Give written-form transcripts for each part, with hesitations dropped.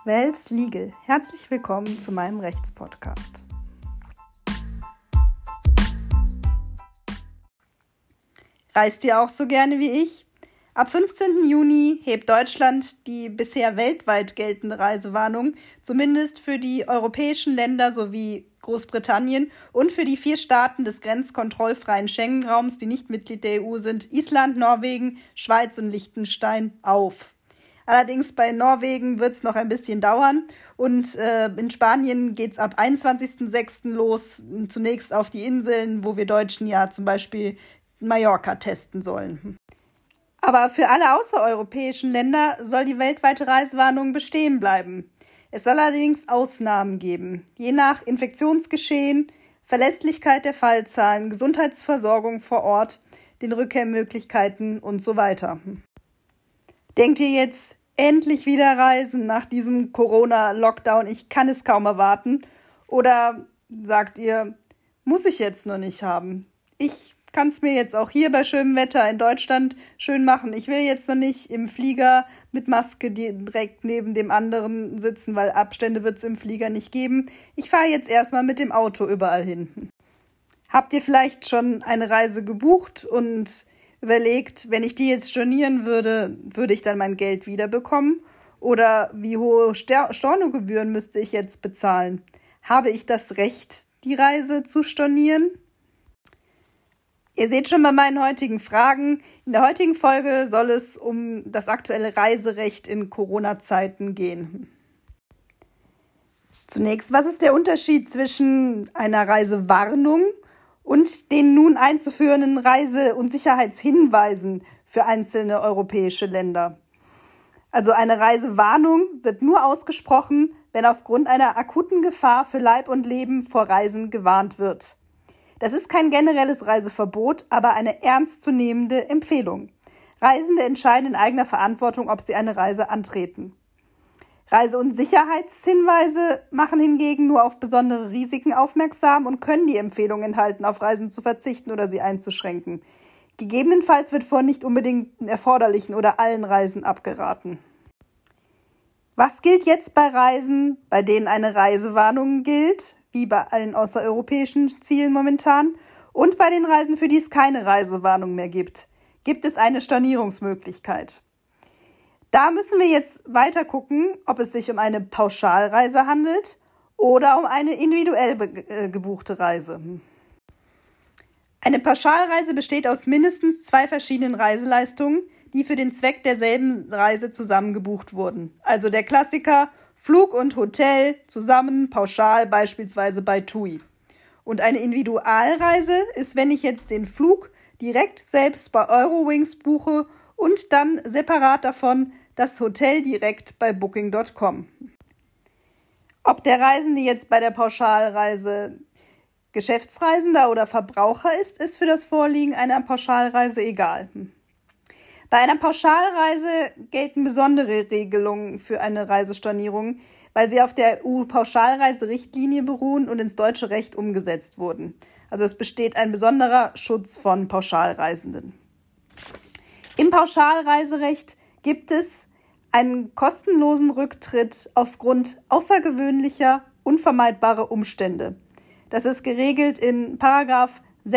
Wells Legal. Herzlich willkommen zu meinem Rechtspodcast. Reist ihr auch so gerne wie ich? Ab 15. Juni hebt Deutschland die bisher weltweit geltende Reisewarnung, zumindest für die europäischen Länder sowie Großbritannien und für die 4 Staaten des grenzkontrollfreien Schengen-Raums, die nicht Mitglied der EU sind, Island, Norwegen, Schweiz und Liechtenstein, auf. Allerdings bei Norwegen wird es noch ein bisschen dauern und in Spanien geht es ab 21.06. los, zunächst auf die Inseln, wo wir Deutschen ja zum Beispiel Mallorca testen sollen. Aber für alle außereuropäischen Länder soll die weltweite Reisewarnung bestehen bleiben. Es soll allerdings Ausnahmen geben, je nach Infektionsgeschehen, Verlässlichkeit der Fallzahlen, Gesundheitsversorgung vor Ort, den Rückkehrmöglichkeiten und so weiter. Denkt ihr jetzt, endlich wieder reisen nach diesem Corona-Lockdown, ich kann es kaum erwarten? Oder sagt ihr, muss ich jetzt noch nicht haben? Ich kann es mir jetzt auch hier bei schönem Wetter in Deutschland schön machen. Ich will jetzt noch nicht im Flieger mit Maske direkt neben dem anderen sitzen, weil Abstände wird es im Flieger nicht geben. Ich fahre jetzt erstmal mit dem Auto überall hin. Habt ihr vielleicht schon eine Reise gebucht und überlegt, wenn ich die jetzt stornieren würde, würde ich dann mein Geld wiederbekommen? Oder wie hohe Stornogebühren müsste ich jetzt bezahlen? Habe ich das Recht, die Reise zu stornieren? Ihr seht schon bei meinen heutigen Fragen. In der heutigen Folge soll es um das aktuelle Reiserecht in Corona-Zeiten gehen. Zunächst, was ist der Unterschied zwischen einer Reisewarnung und den nun einzuführenden Reise- und Sicherheitshinweisen für einzelne europäische Länder? Also eine Reisewarnung wird nur ausgesprochen, wenn aufgrund einer akuten Gefahr für Leib und Leben vor Reisen gewarnt wird. Das ist kein generelles Reiseverbot, aber eine ernstzunehmende Empfehlung. Reisende entscheiden in eigener Verantwortung, ob sie eine Reise antreten. Reise- und Sicherheitshinweise machen hingegen nur auf besondere Risiken aufmerksam und können die Empfehlung enthalten, auf Reisen zu verzichten oder sie einzuschränken. Gegebenenfalls wird vor nicht unbedingt erforderlichen oder allen Reisen abgeraten. Was gilt jetzt bei Reisen, bei denen eine Reisewarnung gilt, wie bei allen außereuropäischen Zielen momentan, und bei den Reisen, für die es keine Reisewarnung mehr gibt? Gibt es eine Stornierungsmöglichkeit? Da müssen wir jetzt weiter gucken, ob es sich um eine Pauschalreise handelt oder um eine individuell gebuchte Reise. Eine Pauschalreise besteht aus mindestens 2 verschiedenen Reiseleistungen, die für den Zweck derselben Reise zusammen gebucht wurden. Also der Klassiker Flug und Hotel zusammen pauschal, beispielsweise bei TUI. Und eine Individualreise ist, wenn ich jetzt den Flug direkt selbst bei Eurowings buche und dann separat davon das Hotel direkt bei Booking.com. Ob der Reisende jetzt bei der Pauschalreise Geschäftsreisender oder Verbraucher ist für das Vorliegen einer Pauschalreise egal. Bei einer Pauschalreise gelten besondere Regelungen für eine Reisestornierung, weil sie auf der EU-Pauschalreiserichtlinie beruhen und ins deutsche Recht umgesetzt wurden. Also es besteht ein besonderer Schutz von Pauschalreisenden. Im Pauschalreiserecht gibt es einen kostenlosen Rücktritt aufgrund außergewöhnlicher, unvermeidbarer Umstände. Das ist geregelt in §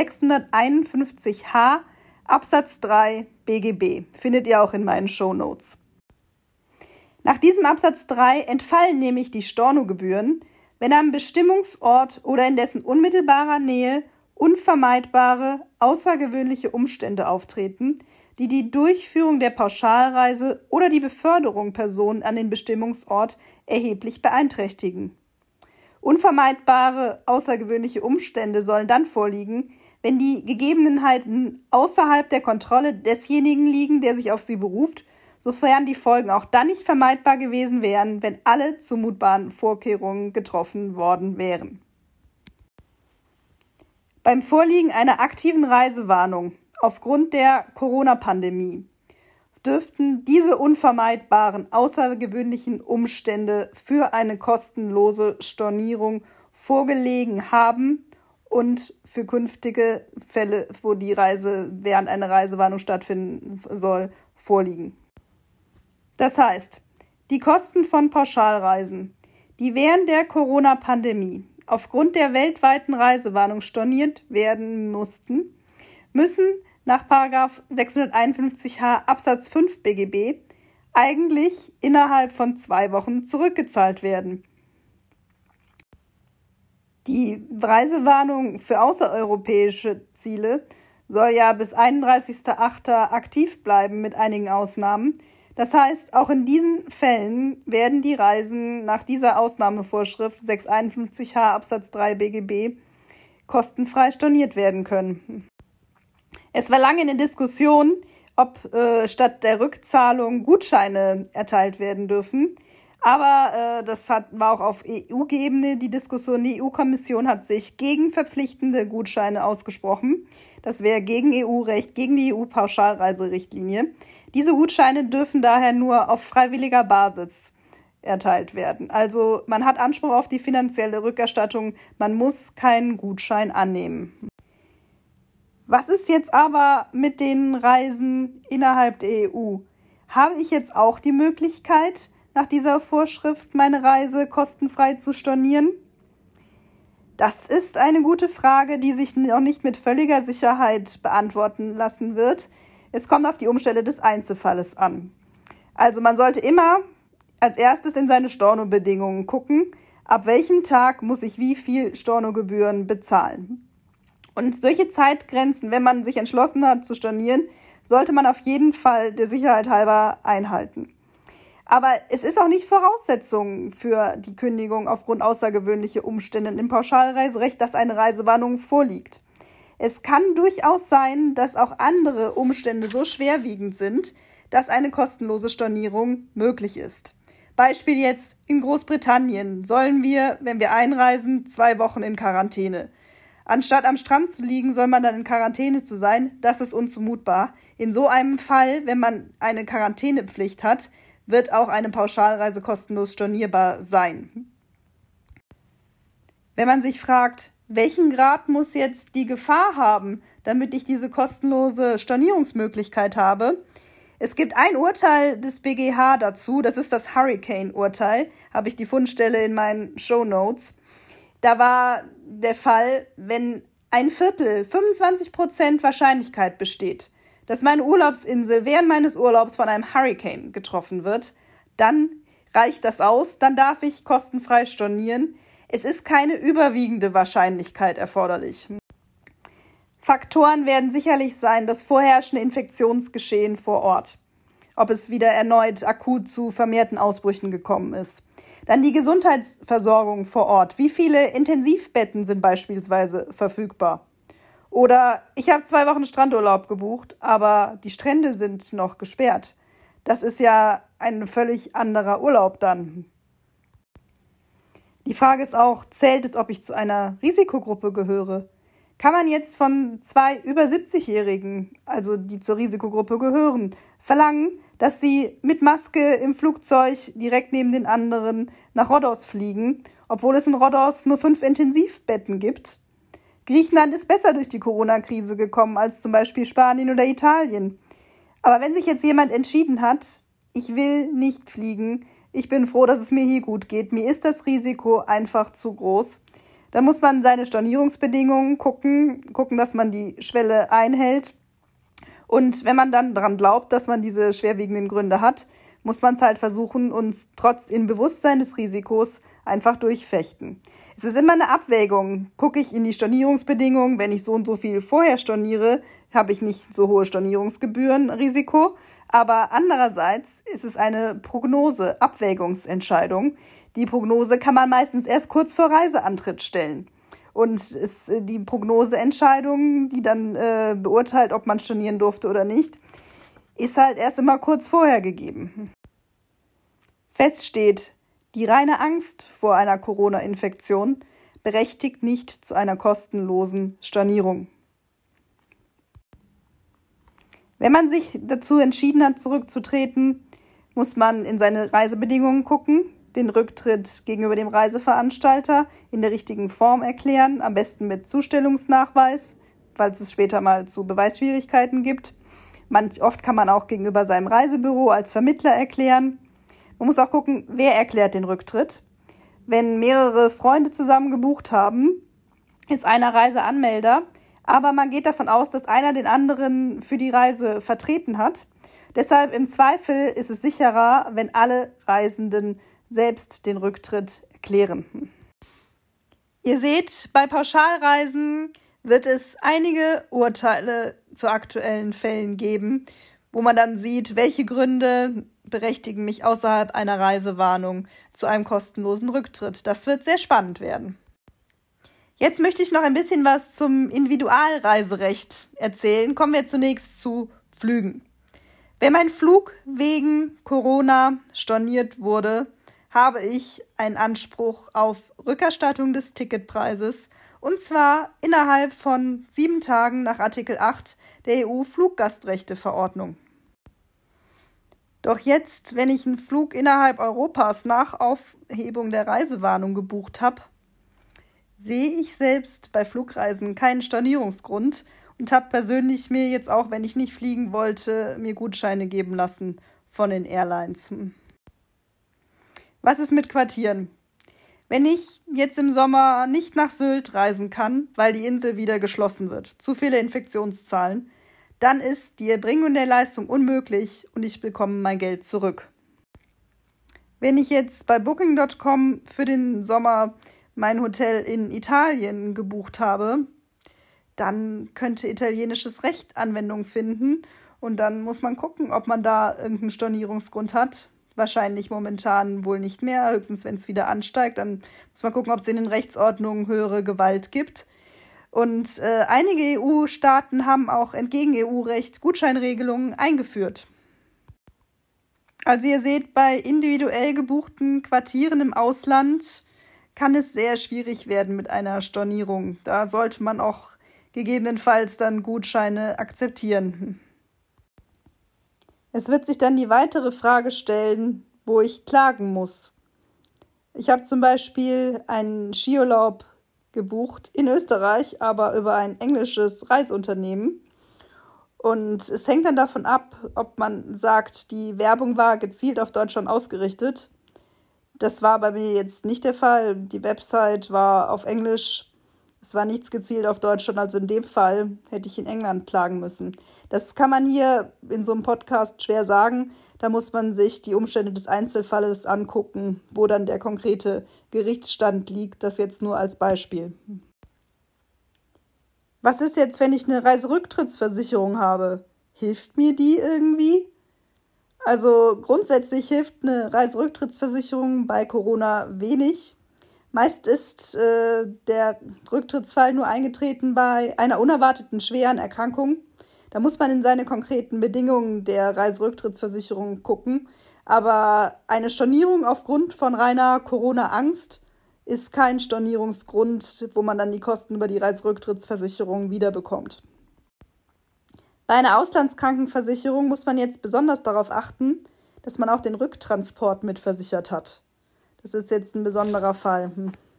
651h Absatz 3 BGB. Findet ihr auch in meinen Shownotes. Nach diesem Absatz 3 entfallen nämlich die Stornogebühren, wenn am Bestimmungsort oder in dessen unmittelbarer Nähe unvermeidbare, außergewöhnliche Umstände auftreten, die die Durchführung der Pauschalreise oder die Beförderung Personen an den Bestimmungsort erheblich beeinträchtigen. Unvermeidbare, außergewöhnliche Umstände sollen dann vorliegen, wenn die Gegebenheiten außerhalb der Kontrolle desjenigen liegen, der sich auf sie beruft, sofern die Folgen auch dann nicht vermeidbar gewesen wären, wenn alle zumutbaren Vorkehrungen getroffen worden wären. Beim Vorliegen einer aktiven Reisewarnung aufgrund der Corona-Pandemie dürften diese unvermeidbaren, außergewöhnlichen Umstände für eine kostenlose Stornierung vorgelegen haben und für künftige Fälle, wo die Reise während einer Reisewarnung stattfinden soll, vorliegen. Das heißt, Die Kosten von Pauschalreisen, die während der Corona-Pandemie aufgrund der weltweiten Reisewarnung storniert werden mussten, müssen nach § 651h Absatz 5 BGB eigentlich innerhalb von 2 Wochen zurückgezahlt werden. Die Reisewarnung für außereuropäische Ziele soll ja bis 31.08. aktiv bleiben mit einigen Ausnahmen. Das heißt, auch in diesen Fällen werden die Reisen nach dieser Ausnahmevorschrift 651h Absatz 3 BGB kostenfrei storniert werden können. Es war lange eine Diskussion, ob statt der Rückzahlung Gutscheine erteilt werden dürfen. Aber das war auch auf EU-Ebene die Diskussion. Die EU-Kommission hat sich gegen verpflichtende Gutscheine ausgesprochen. Das wäre gegen EU-Recht, gegen die EU-Pauschalreiserichtlinie. Diese Gutscheine dürfen daher nur auf freiwilliger Basis erteilt werden. Also man hat Anspruch auf die finanzielle Rückerstattung, man muss keinen Gutschein annehmen. Was ist jetzt aber mit den Reisen innerhalb der EU? Habe ich jetzt auch die Möglichkeit, nach dieser Vorschrift meine Reise kostenfrei zu stornieren? Das ist eine gute Frage, die sich noch nicht mit völliger Sicherheit beantworten lassen wird. Es kommt auf die Umstände des Einzelfalles an. Also man sollte immer als erstes in seine Stornobedingungen gucken, ab welchem Tag muss ich wie viel Stornogebühren bezahlen. Und solche Zeitgrenzen, wenn man sich entschlossen hat zu stornieren, sollte man auf jeden Fall der Sicherheit halber einhalten. Aber es ist auch nicht Voraussetzung für die Kündigung aufgrund außergewöhnlicher Umstände im Pauschalreiserecht, dass eine Reisewarnung vorliegt. Es kann durchaus sein, dass auch andere Umstände so schwerwiegend sind, dass eine kostenlose Stornierung möglich ist. Beispiel jetzt in Großbritannien sollen wir, wenn wir einreisen, 2 Wochen in Quarantäne. Anstatt am Strand zu liegen, soll man dann in Quarantäne zu sein. Das ist unzumutbar. In so einem Fall, wenn man eine Quarantänepflicht hat, wird auch eine Pauschalreise kostenlos stornierbar sein. Wenn man sich fragt, welchen Grad muss jetzt die Gefahr haben, damit ich diese kostenlose Stornierungsmöglichkeit habe? Es gibt ein Urteil des BGH dazu, das ist das Hurricane-Urteil, habe ich die Fundstelle in meinen Shownotes. Da war der Fall, wenn 1/4, 25% Wahrscheinlichkeit besteht, dass meine Urlaubsinsel während meines Urlaubs von einem Hurricane getroffen wird, dann reicht das aus, dann darf ich kostenfrei stornieren. Es ist keine überwiegende Wahrscheinlichkeit erforderlich. Faktoren werden sicherlich sein, das vorherrschende Infektionsgeschehen vor Ort, ob es wieder erneut akut zu vermehrten Ausbrüchen gekommen ist. Dann die Gesundheitsversorgung vor Ort. Wie viele Intensivbetten sind beispielsweise verfügbar? Oder ich habe 2 Wochen Strandurlaub gebucht, aber die Strände sind noch gesperrt. Das ist ja ein völlig anderer Urlaub dann. Die Frage ist auch, zählt es, ob ich zu einer Risikogruppe gehöre? Kann man jetzt von 2 über 70-Jährigen, also die zur Risikogruppe gehören, verlangen, dass sie mit Maske im Flugzeug direkt neben den anderen nach Rhodos fliegen, obwohl es in Rhodos nur 5 Intensivbetten gibt? Griechenland ist besser durch die Corona-Krise gekommen als zum Beispiel Spanien oder Italien. Aber wenn sich jetzt jemand entschieden hat, ich will nicht fliegen, ich bin froh, dass es mir hier gut geht, mir ist das Risiko einfach zu groß, dann muss man seine Stornierungsbedingungen gucken, dass man die Schwelle einhält. Und wenn man dann daran glaubt, dass man diese schwerwiegenden Gründe hat, muss man es halt versuchen und trotz im Bewusstsein des Risikos einfach durchfechten. Es ist immer eine Abwägung. Gucke ich in die Stornierungsbedingungen, wenn ich so und so viel vorher storniere, habe ich nicht so hohe Stornierungsgebührenrisiko. Aber andererseits ist es eine Prognose, Abwägungsentscheidung. Die Prognose kann man meistens erst kurz vor Reiseantritt stellen. Und ist die Prognoseentscheidung, die dann beurteilt, ob man stornieren durfte oder nicht, ist halt erst immer kurz vorher gegeben. Fest steht, die reine Angst vor einer Corona-Infektion berechtigt nicht zu einer kostenlosen Stornierung. Wenn man sich dazu entschieden hat, zurückzutreten, muss man in seine Reisebedingungen gucken, den Rücktritt gegenüber dem Reiseveranstalter in der richtigen Form erklären, am besten mit Zustellungsnachweis, falls es später mal zu Beweisschwierigkeiten gibt. Oft kann man auch gegenüber seinem Reisebüro als Vermittler erklären. Man muss auch gucken, wer erklärt den Rücktritt. Wenn mehrere Freunde zusammen gebucht haben, ist einer Reiseanmelder, aber man geht davon aus, dass einer den anderen für die Reise vertreten hat. Deshalb im Zweifel ist es sicherer, wenn alle Reisenden selbst den Rücktritt erklären. Ihr seht, bei Pauschalreisen wird es einige Urteile zu aktuellen Fällen geben, wo man dann sieht, welche Gründe berechtigen mich außerhalb einer Reisewarnung zu einem kostenlosen Rücktritt. Das wird sehr spannend werden. Jetzt möchte ich noch ein bisschen was zum Individualreiserecht erzählen. Kommen wir zunächst zu Flügen. Wenn mein Flug wegen Corona storniert wurde, habe ich einen Anspruch auf Rückerstattung des Ticketpreises, und zwar innerhalb von 7 Tagen nach Artikel 8 der EU-Fluggastrechteverordnung. Doch jetzt, wenn ich einen Flug innerhalb Europas nach Aufhebung der Reisewarnung gebucht habe, sehe ich selbst bei Flugreisen keinen Stornierungsgrund und habe persönlich mir jetzt auch, wenn ich nicht fliegen wollte, mir Gutscheine geben lassen von den Airlines. Was ist mit Quartieren? Wenn ich jetzt im Sommer nicht nach Sylt reisen kann, weil die Insel wieder geschlossen wird, zu viele Infektionszahlen, dann ist die Erbringung der Leistung unmöglich und ich bekomme mein Geld zurück. Wenn ich jetzt bei Booking.com für den Sommer mein Hotel in Italien gebucht habe, dann könnte italienisches Recht Anwendung finden und dann muss man gucken, ob man da irgendeinen Stornierungsgrund hat. Wahrscheinlich momentan wohl nicht mehr, höchstens wenn es wieder ansteigt. Dann muss man gucken, ob es in den Rechtsordnungen höhere Gewalt gibt. Und einige EU-Staaten haben auch entgegen EU-Recht Gutscheinregelungen eingeführt. Also ihr seht, bei individuell gebuchten Quartieren im Ausland kann es sehr schwierig werden mit einer Stornierung. Da sollte man auch gegebenenfalls dann Gutscheine akzeptieren. Es wird sich dann die weitere Frage stellen, wo ich klagen muss. Ich habe zum Beispiel einen Skiurlaub gebucht in Österreich, aber über ein englisches Reiseunternehmen. Und es hängt dann davon ab, ob man sagt, die Werbung war gezielt auf Deutschland ausgerichtet. Das war bei mir jetzt nicht der Fall. Die Website war auf Englisch. Es war nichts gezielt auf Deutschland, also in dem Fall hätte ich in England klagen müssen. Das kann man hier in so einem Podcast schwer sagen. Da muss man sich die Umstände des Einzelfalles angucken, wo dann der konkrete Gerichtsstand liegt. Das jetzt nur als Beispiel. Was ist jetzt, wenn ich eine Reiserücktrittsversicherung habe? Hilft mir die irgendwie? Also grundsätzlich hilft eine Reiserücktrittsversicherung bei Corona wenig. Meist ist der Rücktrittsfall nur eingetreten bei einer unerwarteten schweren Erkrankung. Da muss man in seine konkreten Bedingungen der Reiserücktrittsversicherung gucken. Aber eine Stornierung aufgrund von reiner Corona-Angst ist kein Stornierungsgrund, wo man dann die Kosten über die Reiserücktrittsversicherung wiederbekommt. Bei einer Auslandskrankenversicherung muss man jetzt besonders darauf achten, dass man auch den Rücktransport mitversichert hat. Das ist jetzt ein besonderer Fall.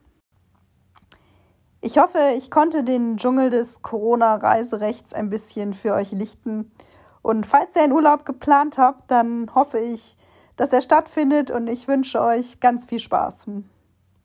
Ich hoffe, ich konnte den Dschungel des Corona-Reiserechts ein bisschen für euch lichten. Und falls ihr einen Urlaub geplant habt, dann hoffe ich, dass er stattfindet und ich wünsche euch ganz viel Spaß.